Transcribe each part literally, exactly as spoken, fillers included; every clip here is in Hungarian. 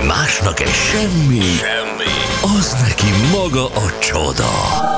Másnak egy semmi, semmi, az neki maga a csoda.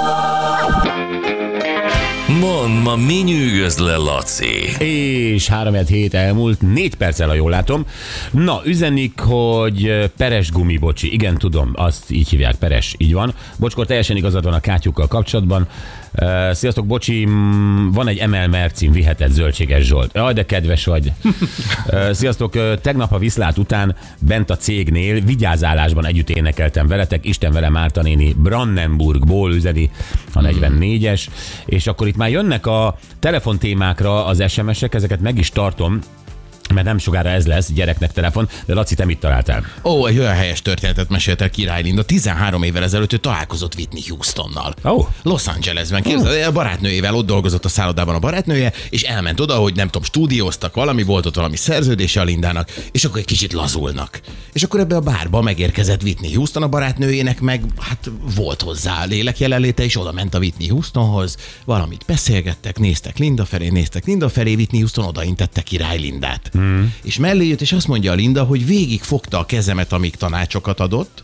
Mondd, ma mi nyűgöz le, Laci? És három hét elmúlt, négy perccel, ha jól látom. Na, üzenik, hogy peres gumi, bocsi. Igen, tudom, azt így hívják, peres, így van. Bocskor, teljesen igazad van a kátyukkal kapcsolatban. Uh, sziasztok, bocsi, van egy em el Mercin, vihetett Zöldséges Zsolt. Jaj, de kedves vagy. Uh, sziasztok, uh, tegnap a viszlát után bent a cégnél vigyázálásban együtt énekeltem veletek, Isten vele Márta néni Brandenburgból, üzeni a negyvennégyes, és akkor itt már jönnek a telefontémákra az es em esek, ezeket meg is tartom, mert nem sokára ez lesz, gyereknek telefon, de Laci, te mit találtál? Ó, egy olyan helyes történetet mesélt el Király Linda. tizenhárom évvel ezelőtt ő találkozott Whitney Houstonnal. Oh. Los Angelesben. Képzeld, a barátnőjével ott dolgozott a szállodában a barátnője, és elment oda, hogy nem tudom, stúdióztak valami, volt ott valami szerződése a Lindának, és akkor egy kicsit lazulnak. És akkor ebbe a bárba megérkezett Whitney Houston, a barátnőjének meg hát volt hozzá lélek jelenléte, és oda ment a Whitney Houstonhoz, valamit beszélgettek, néztek Linda felé, néztek Linda felé, Whitney Houston odaintette Király Lindát. Hmm. És mellé jött, és azt mondja a Linda, hogy végig fogta a kezemet, amíg tanácsokat adott,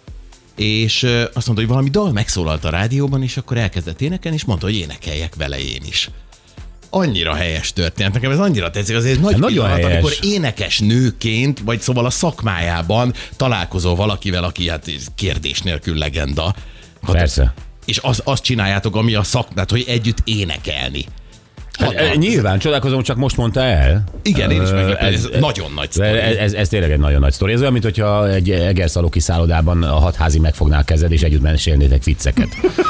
és azt mondta, hogy valami dal megszólalt a rádióban, és akkor elkezdett énekelni, és mondta, hogy énekeljek vele én is. Annyira helyes történet. Nekem ez annyira tetszik, azért nagy nagyon pillanat, helyes. amikor énekes nőként, vagy szóval a szakmájában találkozol valakivel, aki hát kérdés nélkül legenda. Persze. És az, azt csináljátok, ami a szakmát, hogy együtt énekelni. Hát, nyilván, csodálkozom, csak most mondta el. Igen, én is meglepő, ez, ez, ez nagyon nagy sztori. Ez, ez, ez tényleg egy nagyon nagy sztori. Ez olyan, mint hogyha egy egerszalóki szállodában a hatházi megfogná a kezed, és együtt mesélnétek vicceket.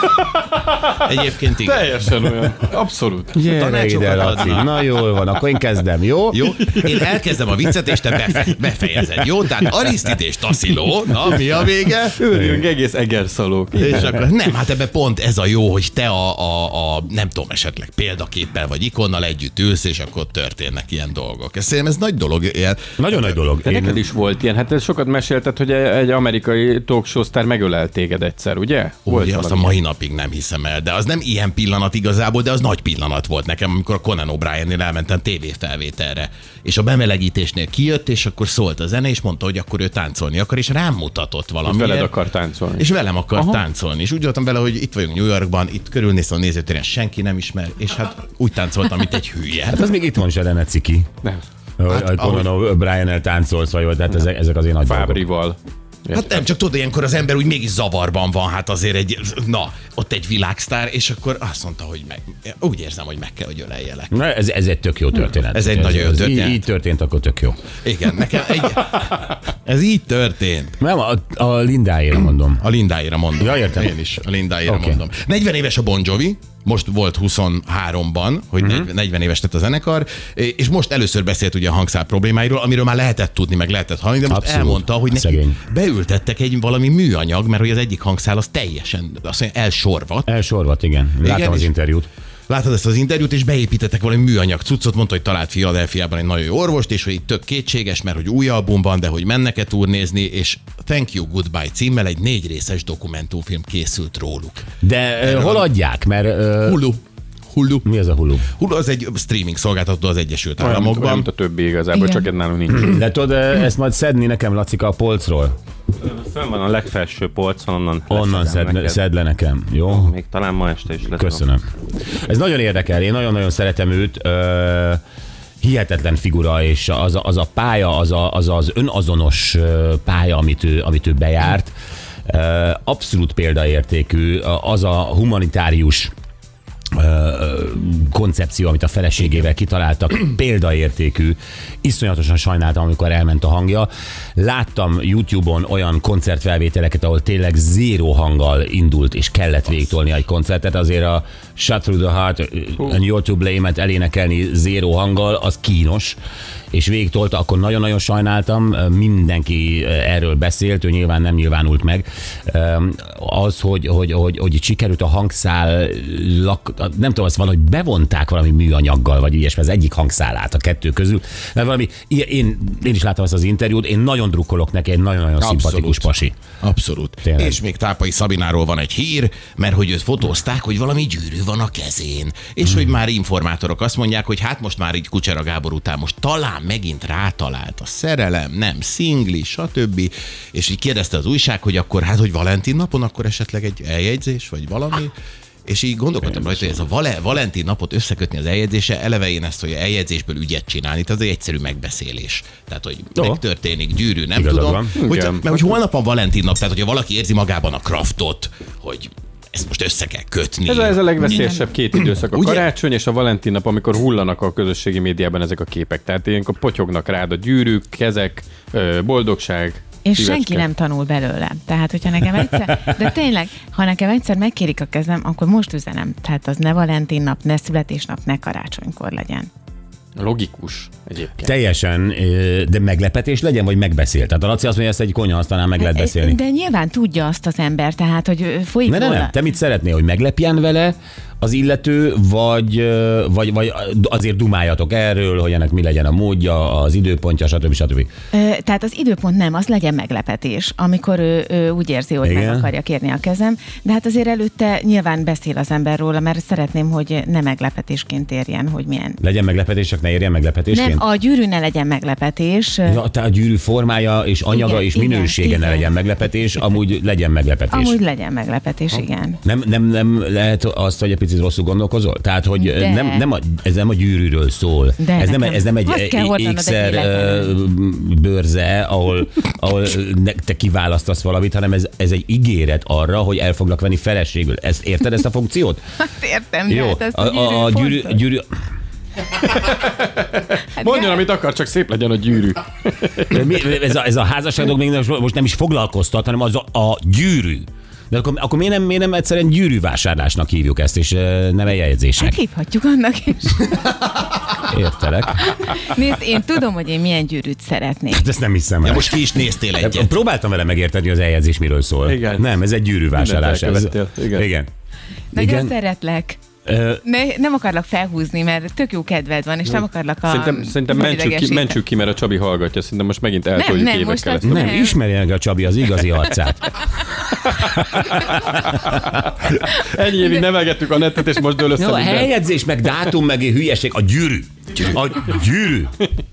Egyébként igen. Teljesen olyan. Abszolút. Gyere ide, Laci. Na jól van, akkor én kezdem, jó? Jó, én elkezdem a viccet, és te befe, befejezed, jó? Tehát Arisztid és Tassilo, na mi a vége? Őrjünk egész egerszalók. És akkor nem, hát ebben pont ez a jó, hogy te a, a, a nem tudom, esetleg példaképpel vagy ikonnal együtt ülsz, és akkor történnek ilyen dolgok. Ez szerintem ez nagy dolog. Ilyen. Nagyon nagy dolog. De Én... neked is volt ilyen, hát sokat mesélted, hogy egy amerikai talkshow sztár megölelt téged egyszer, ugye? Volt Ugye, azt a mai napig nem hiszem el, de az nem ilyen pillanat igazából, de az nagy pillanat volt nekem, amikor a Conan O'Briennél elmentem tévéfelvételre, és a bemelegítésnél kijött, és akkor szólt a zene, és mondta, hogy akkor ő táncolni akar, és rám mutatott valamit. És veled akar táncolni. És velem akar Aha. táncolni. És úgy voltam vele, hogy itt vagyunk New Yorkban, itt körülnéztem a nézőtéren, senki nem ismer, és hát úgy táncoltam, mint egy hülye. Hát az még itt van se lenne ciki. Nem. Hát, a Conan O'Briennel táncolsz, vagy tehát ezek, ezek azért nagy dolgok. Fábrival. Hát nem, csak tudod, ilyenkor az ember úgy mégis zavarban van, hát azért egy, na, ott egy világsztár, és akkor azt mondta, hogy meg, úgy érzem, hogy meg kell, hogy öleljelek. Na, ez, ez egy tök jó történet. Ez egy ez, nagyon jó történet. Így, így történt, akkor tök jó. Igen, nekem egy, ez így történt. Nem, a, a Lindáéra mondom. A Lindáéra mondom. Ja, értem. Én is a Lindáéra Okay. mondom. negyven éves a Bon Jovi, most volt huszonháromban, hogy uh-huh. negyven éves lett a zenekar, és most először beszélt ugye a hangszár problémáiról, amiről már lehetett tudni, meg lehetett hallani, de most Abszolút. elmondta, hogy neki Szegény. beültettek egy valami műanyag, mert hogy az egyik hangszál az teljesen azt mondja, elsorvat. Elsorvat, igen. Láttam Igen, az interjút. Látod ezt az interjút, és beépítettek valami műanyag cuccot, mondta, hogy talált Philadelphiában egy nagyon jó orvost, és hogy itt tök kétséges, mert hogy új album van, de hogy mennek-e turnézni, és Thank You Goodbye címmel egy négy részes dokumentumfilm készült róluk. De uh, hol adják? Mert... Uh, Hulu. Hulu. Mi az a Hulu? Hulu az egy streaming szolgáltató az Egyesült Olyan, Államokban. olyan, mint a többi igazából, Igen. csak egy nálunk nincs. De tudod ezt majd szedni nekem, Lacika, a polcról? Fönn van a legfelső polcon, onnan Onnan szed, szed le nekem, jó? Még talán ma este is lesz. Köszönöm. Ez nagyon érdekel, én nagyon-nagyon szeretem őt. Ö, hihetetlen figura, és az a, az a pálya, az, a, az az önazonos pálya, amit ő, amit ő bejárt, abszolút példaértékű. Az a humanitárius koncepció, amit a feleségével kitaláltak, példaértékű. Iszonyatosan sajnáltam, amikor elment a hangja. Láttam YouTube-on olyan koncertfelvételeket, ahol tényleg zéró hanggal indult, és kellett végigtolni egy koncertet. Azért a Shut Through the Heart and You're to Blame-et elénekelni zéró hanggal, az kínos, és végigtolta, akkor nagyon-nagyon sajnáltam, mindenki erről beszélt, ő nyilván nem nyilvánult meg. Az, hogy, hogy, hogy, hogy sikerült a hangszál nem tudom, azt valahogy bevonták valami műanyaggal, vagy ilyesmi, az egyik hangszálát a kettő közül. Mert valami, én, én is láttam ezt az interjút, én nagyon drukkolok neki, egy nagyon-nagyon szimpatikus pasi. Abszolút. Tényleg. És még Tápai Szabináról van egy hír, mert hogy őt fotózták, hogy valami gyűrű van a kezén. És hmm. hogy már informátorok azt mondják, hogy hát most már így Kucsera Gábor után most talán megint rátalált a szerelem, nem szingli, stb. És így kérdezte az újság, hogy akkor hát, hogy Valentin napon akkor esetleg egy eljegyzés, vagy valami. És így gondolkodtam rajta, hogy ez a Val- Valentin napot összekötni az eljegyzése, eleve én ezt, hogy eljegyzésből ügyet csinálni, tehát ez egy egyszerű megbeszélés. Tehát, hogy oh. megtörténik, gyűrű, nem Igazad tudom. Hogy, mert hogy holnap van Valentin nap, tehát hogyha valaki érzi magában a kraftot, hogy ezt most össze kell kötni. Ez a, ez a legveszélyesebb két időszak, a Ugye? karácsony és a Valentin nap, amikor hullanak a közösségi médiában ezek a képek. Tehát ilyenkor potyognak rád a gyűrűk, kezek, boldogság. És szívecske. senki nem tanul belőle. Tehát, hogyha nekem egyszer, de tényleg, ha nekem egyszer megkérik a kezem, akkor most üzenem. Tehát az ne Valentin nap, ne születésnap, ne karácsonykor legyen. Logikus egyébként. Teljesen, de meglepetés legyen, vagy megbeszél? Tehát a Laci azt mondja, ezt egy konyhaasztalnál meg lehet beszélni. De nyilván tudja azt az ember, tehát, hogy folyik Ne, ne, róla. ne. Te mit szeretnél, hogy meglepjen vele az illető, vagy, vagy, vagy azért dumáljatok erről, hogy ennek mi legyen a módja, az időpontja, stb. stb. Ö, tehát az időpont nem, az legyen meglepetés, amikor ő, ő úgy érzi, hogy Igen. meg akarja kérni a kezem, de hát azért előtte nyilván beszél az ember róla, mert szeretném, hogy ne meglepetésként érjen, hogy milyen. Legyen meglepetés, csak ne érjen meglepetésként? Nem, a gyűrű ne legyen meglepetés. Ja, tehát a gyűrű formája és anyaga Igen, és igen, minősége ne igen. legyen meglepetés, amúgy legyen meglepetés. Amúgy legyen meglepetés, igen. Nem, nem, nem lehet azt, hogy egy picit rosszul gondolkozol? Tehát, hogy De. nem, nem a, ez nem a gyűrűről szól. De ez, nem, nekem ez nem egy azt kell hordanod ékszer egy ö, bőrze, ahol, ahol ne, te kiválasztasz valamit, hanem ez, ez egy ígéret arra, hogy el foglak venni feleségül. Ezt érted, ezt a funkciót? Azt értem, Jó, de hát a, az a, a gyűrű, fontos. gyűrű Hát Mondjon, gál- amit akar, csak szép legyen a gyűrű. mi, ez, a, ez a házasságok még nem, most nem is foglalkoztat, hanem az a, a gyűrű. De akkor, akkor miért, nem, miért nem egyszerűen gyűrűvásárlásnak hívjuk ezt, és uh, nem eljegyzésnek? Hát hívhatjuk annak is. Értelek. Nézd, én tudom, hogy én milyen gyűrűt szeretnék. Hát ezt nem hiszem De el. most ki is néztél egyet. Próbáltam vele megérteni, hogy az eljegyzés miről szól. Igen. Nem, ez egy gyűrűvásárlás. Mindent Ez, elkövettél. Igen. Igen. Nagyon Igen. szeretlek. Ö, Ne, nem akarlak felhúzni, mert tök jó kedved van, és nem akarlak a... Szerintem, szerintem mentsük, ki, idegesíteni. mentsük ki, mert a Csabi hallgatja. Szerintem most megint eltoljuk nem, most évekkel azt ezt. a- nem, Nem. ismerje meg a Csabi az igazi arcát. Ennyi évig nevelgettük a netet, és most dől össze No, a minden. helyedzés, meg dátum, meg hülyeség. A gyűrű. A gyűrű.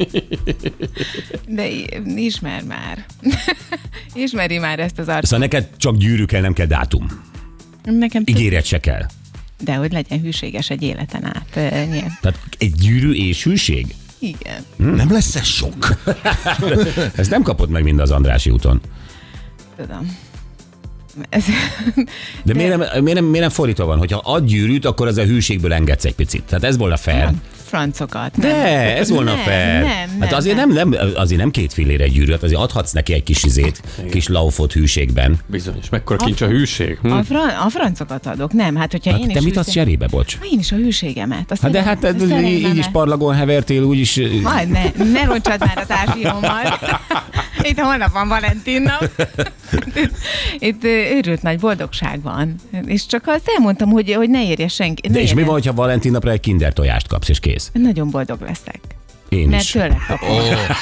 De i- ismer már. Ismeri már ezt az arcot. Szóval neked csak gyűrű kell, nem kell dátum. Nekem tök- Ígéret se kell. De hogy legyen hűséges egy életen át. Ö, nyilván. Tehát egy gyűrű és hűség? Igen. Nem lesz ez sok? Ezt nem kapod meg mind az Andrássy úton. Tudom. Ez, De miért nem, miért nem, miért nem fordítva van? Hogyha ad gyűrűt, akkor az a hűségből engedsz egy picit. Tehát ez volna fair. francokat. De, nem. ez volna nem, fair. Nem, nem, hát azért nem, nem, azért nem két fillére egy gyűrűt, azért adhatsz neki egy kis izét, kis laufot hűségben. Bizony, és mekkora kincs a hűség. Hm? A, fran- a francokat adok, nem. Hát, hogyha Hát én te is mit adsz hűség- cserébe, bocs? Én is a hűségemet. A Hát de szerelem- hát a így szerelmemet. is parlagon hevertél, úgyis... Majd ne, ne roncsad már az ázsiómat. Itt holnap van Valentin nap. Itt, itt őrült nagy boldogság van. És csak azt elmondtam, hogy, hogy ne érje senki. Ne De és mi érje. van, hogyha Valentin napra egy kinder tojást kapsz, és kész? Nagyon boldog leszek. Én Mert is. tőle kapom.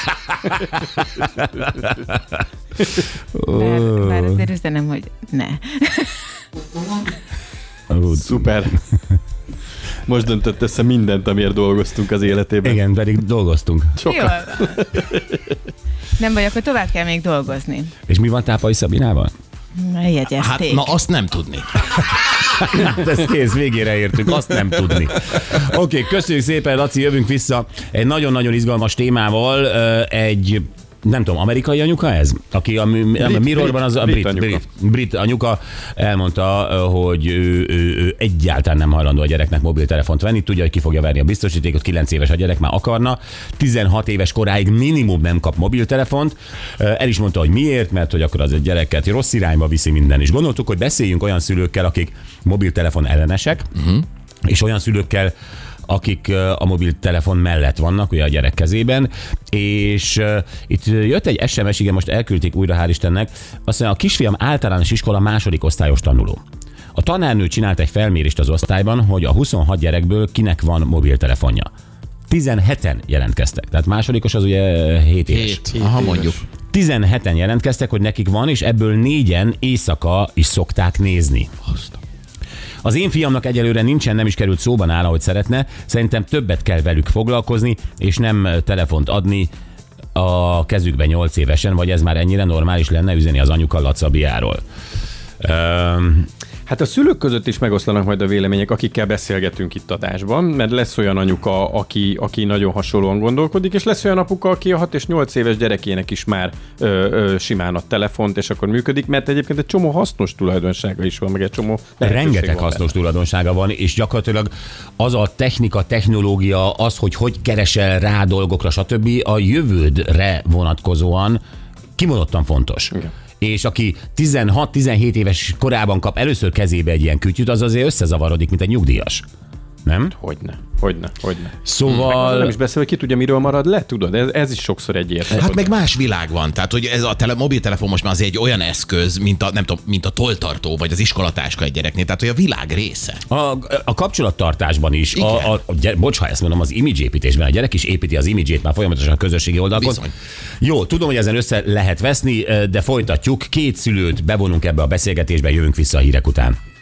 Oh. Bár, bár azért üzenem, hogy ne. Ó, Szuper. Most döntött össze mindent, amiért dolgoztunk az életében. igen, pedig dolgoztunk. Jó. Nem baj, akkor tovább kell még dolgozni. És mi van Tápai Szabinával? Eljegyezték. Hát na azt nem tudni. Ez kész, végére értünk, azt nem tudni. Oké, okay, köszönjük szépen, Laci, jövünk vissza egy nagyon-nagyon izgalmas témával, Ö, egy nem tudom, amerikai anyuka ez? Aki a, mi- a Brit, Mirrorban az a brit brit, anyuka. brit, brit anyuka elmondta, hogy ő, ő, ő egyáltalán nem hajlandó a gyereknek mobiltelefont venni, tudja, hogy ki fogja verni a biztosítékot, kilenc éves a gyerek, már akarna, tizenhat éves koráig minimum nem kap mobiltelefont. El is mondta, hogy miért, mert hogy akkor az egy gyereket rossz irányba viszi minden. És gondoltuk, hogy beszéljünk olyan szülőkkel, akik mobiltelefon ellenesek, uh-huh. és olyan szülőkkel, akik a mobiltelefon mellett vannak, ugye a gyerek kezében, és uh, itt jött egy es em es, igen, most elküldték újra, hál' Istennek, azt mondja, a kisfiam általános iskola második osztályos tanuló. A tanárnő csinált egy felmérést az osztályban, hogy a huszonhat gyerekből kinek van mobiltelefonja. tizenheten jelentkeztek. Tehát másodikos az ugye hét éves. Hét. Aha, mondjuk. tizenheten jelentkeztek, hogy nekik van, és ebből négyen éjszaka is szokták nézni. Az én fiamnak egyelőre nincsen, nem is került szóba nála, hogy szeretne. Szerintem többet kell velük foglalkozni, és nem telefont adni a kezükbe nyolc évesen, vagy ez már ennyire normális lenne, üzeni az anyuka Lacabiáról. Um, Hát a szülők között is megoszlanak majd a vélemények, akikkel beszélgetünk itt adásban, mert lesz olyan anyuka, aki, aki nagyon hasonlóan gondolkodik, és lesz olyan apuka, aki a hat és nyolc éves gyerekének is már ö, ö, simán ad telefont, és akkor működik, mert egyébként egy csomó hasznos tulajdonsága is van, meg egy csomó rengeteg van hasznos benne. tulajdonsága van, és gyakorlatilag az a technika, technológia, az, hogy hogy keresel rá dolgokra, stb. A jövődre vonatkozóan kimondottan fontos. Igen. És aki tizenhat-tizenhét éves korában kap először kezébe egy ilyen kütyüt, az azért összezavarodik, mint egy nyugdíjas. Nem? Hogyne, hogyne, hogyne. Szóval... Nem is beszél, hogy ki tudja, miről marad le, tudod? Ez, ez is sokszor egy értelme. Hát meg más világ van, tehát hogy ez a tele, mobiltelefon most már azért egy olyan eszköz, mint a, nem tudom, mint a tolltartó, vagy az iskolatáska egy gyereknél, tehát hogy a világ része. A, a kapcsolattartásban is, a, a, a, gyere, bocs, ha ezt mondom, az image építésben, a gyerek is építi az imidzsét már folyamatosan a közösségi oldalakon. Bizony. Jó, tudom, hogy ezen össze lehet veszni, de folytatjuk. Két szülőt bevonunk ebbe a beszélgetésbe, jövünk vissza a hírek után.